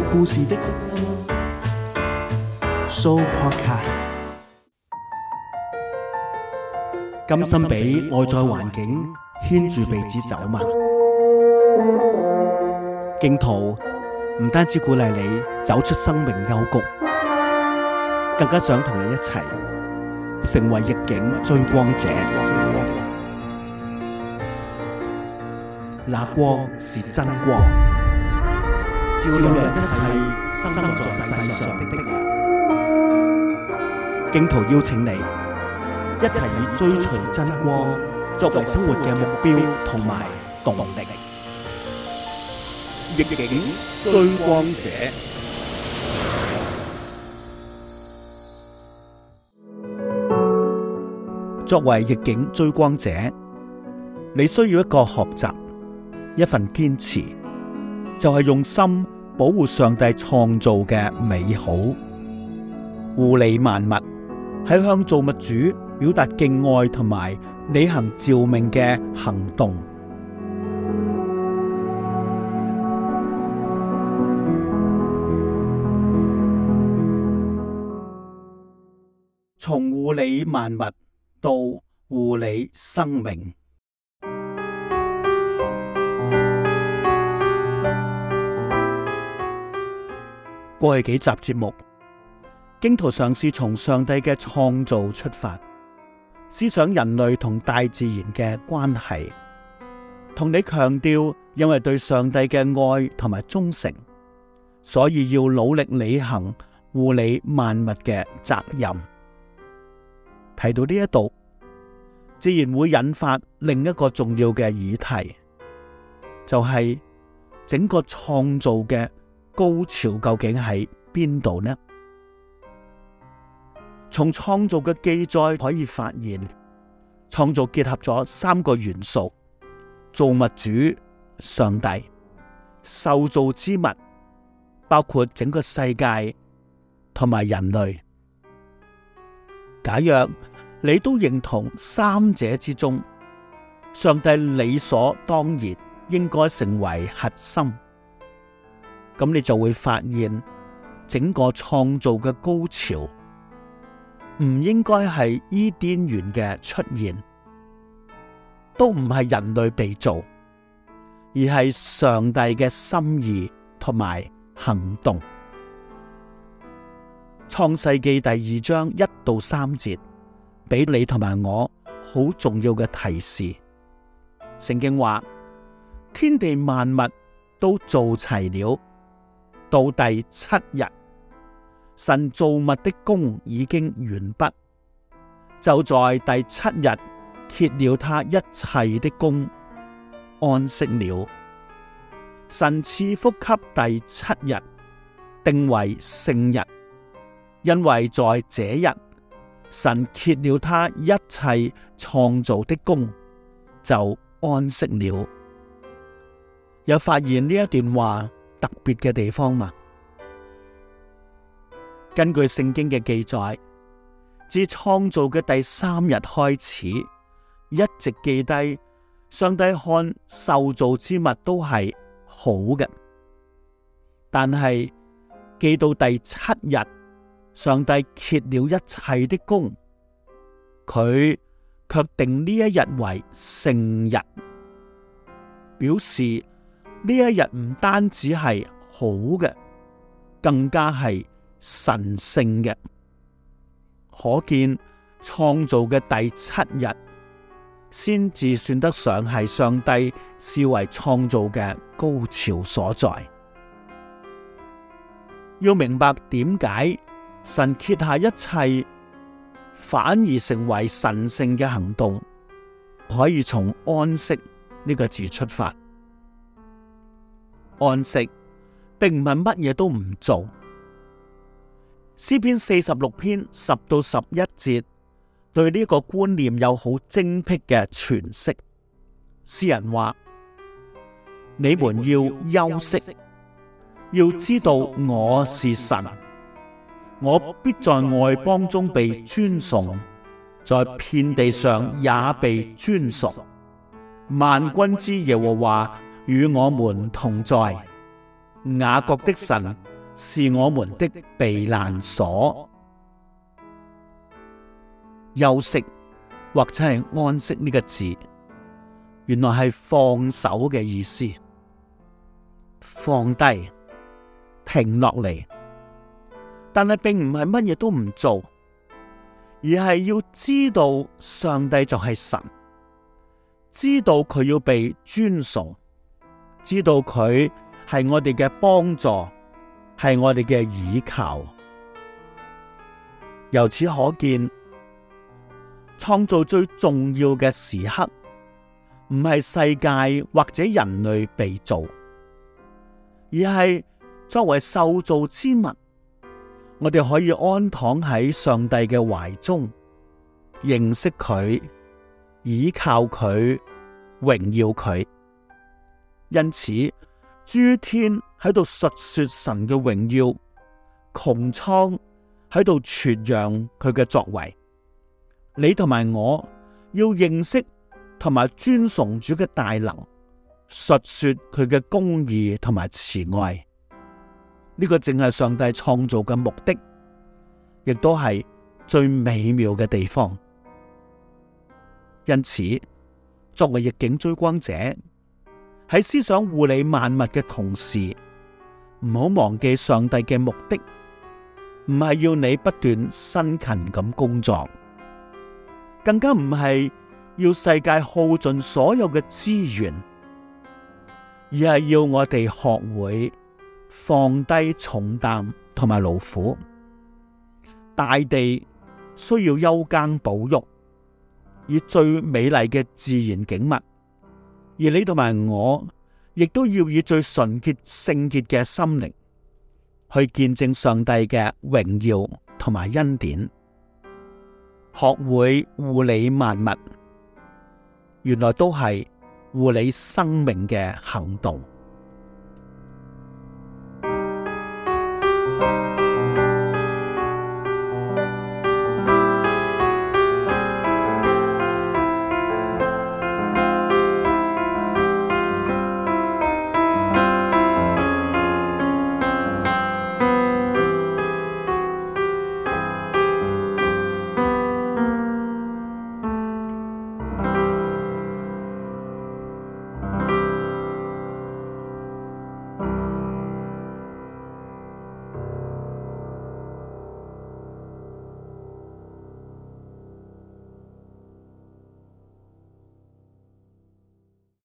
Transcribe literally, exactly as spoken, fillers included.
故事的 Show Podcast， 甘心俾外在環境牽住鼻子走嘛？荊徒唔單止鼓勵你走出生命幽谷，更加想同你一齊成為逆境追光者。那光是真光，照亮一切生在世上的的人。荊徒邀請你一齊以追隨真光作為生活嘅目標同埋動力。逆境追光者，作為逆境追光者，你需要一個學習，一份堅持，就係用心保護上帝創造嘅美好，護理萬物，係向造物主表達敬愛同埋履行召命嘅行動。從護理萬物到護理生命。過去幾集節目，荊徒嘗試從上帝嘅創造出發，思想人類同大自然嘅關係，同你強調，因為對上帝嘅愛同埋忠誠，所以要努力履行護理萬物嘅責任。提到呢一度，自然會引發另一個重要嘅議題，就係整個創造嘅高潮究竟喺邊度呢？從創造嘅記載可以發現，創造結合咗三個元素：造物主、上帝、受造之物，包括整個世界同埋人類。假若你都認同三者之中，上帝理所當然應該成為核心，咁你就會發現整個創造嘅高潮唔應該係伊甸園嘅出現，都唔係人類被造，而係上帝嘅心意同埋行動。創世記第二章一到三節俾你同埋我好重要嘅提示。聖經話，天地萬物都做齊了，到第七日，神造物的工已經完畢，就在第七日歇了他一切的工，安息了。神賜福給第七日，定為聖日，因為在這日，神歇了他一切創造的工，就安息了。有發現呢一段話特別嘅地方嗎？根據聖經嘅記載，自創造嘅第三日開始，一直記低上帝看受造之物都係好嘅，但係記到第七日，上帝歇了一切的工，佢卻定呢一日為聖日，表示呢一日唔單止係好嘅，更加係神聖嘅。可見創造嘅第七日先至算得上係上帝視為創造嘅高潮所在。要明白點解神歇下一切反而成為神聖嘅行動，可以從安息呢個字出發。安息並唔係乜嘢都唔做。詩篇四十六篇十到十一節對呢個觀念有好精闢嘅詮釋。詩人話：你們要休息，要知道我是神，我必在外邦中被尊崇，在遍地上也被尊崇。萬軍之耶和華與我們同在，雅各的神是我們的避難所。休息或者係安息呢個字，原來係放手嘅意思，放低，停落嚟。但係並唔係乜嘢都唔做，而係要知道上帝就係神，知道佢要被尊崇，知道佢係我哋嘅幫助，係我哋嘅倚靠。由此可見，創造最重要嘅時刻，唔係世界或者人類被造，而係作為受造之物，我哋可以安躺喺上帝嘅懷中，認識佢，倚靠佢，榮耀佢。因此，諸天喺度述說神嘅榮耀，穹蒼喺度傳揚佢嘅作為。你同埋我要認識同埋尊崇主嘅大能，述說佢嘅公義同埋慈愛。呢個正係上帝創造嘅目的，亦都係最美妙嘅地方。因此，作為逆境追光者，喺思想護理萬物嘅同時，唔好忘記上帝嘅目的，唔係要你不斷辛勤咁工作，更加唔係要世界耗盡所有嘅資源，而係要我哋學會放低重擔同埋勞苦。大地需要休耕保育，以最美麗嘅自然景物，而你同埋我亦都要以最純潔聖潔嘅心靈去見證上帝嘅榮耀同埋恩典，學會護理萬物，原來都係護理生命嘅行動。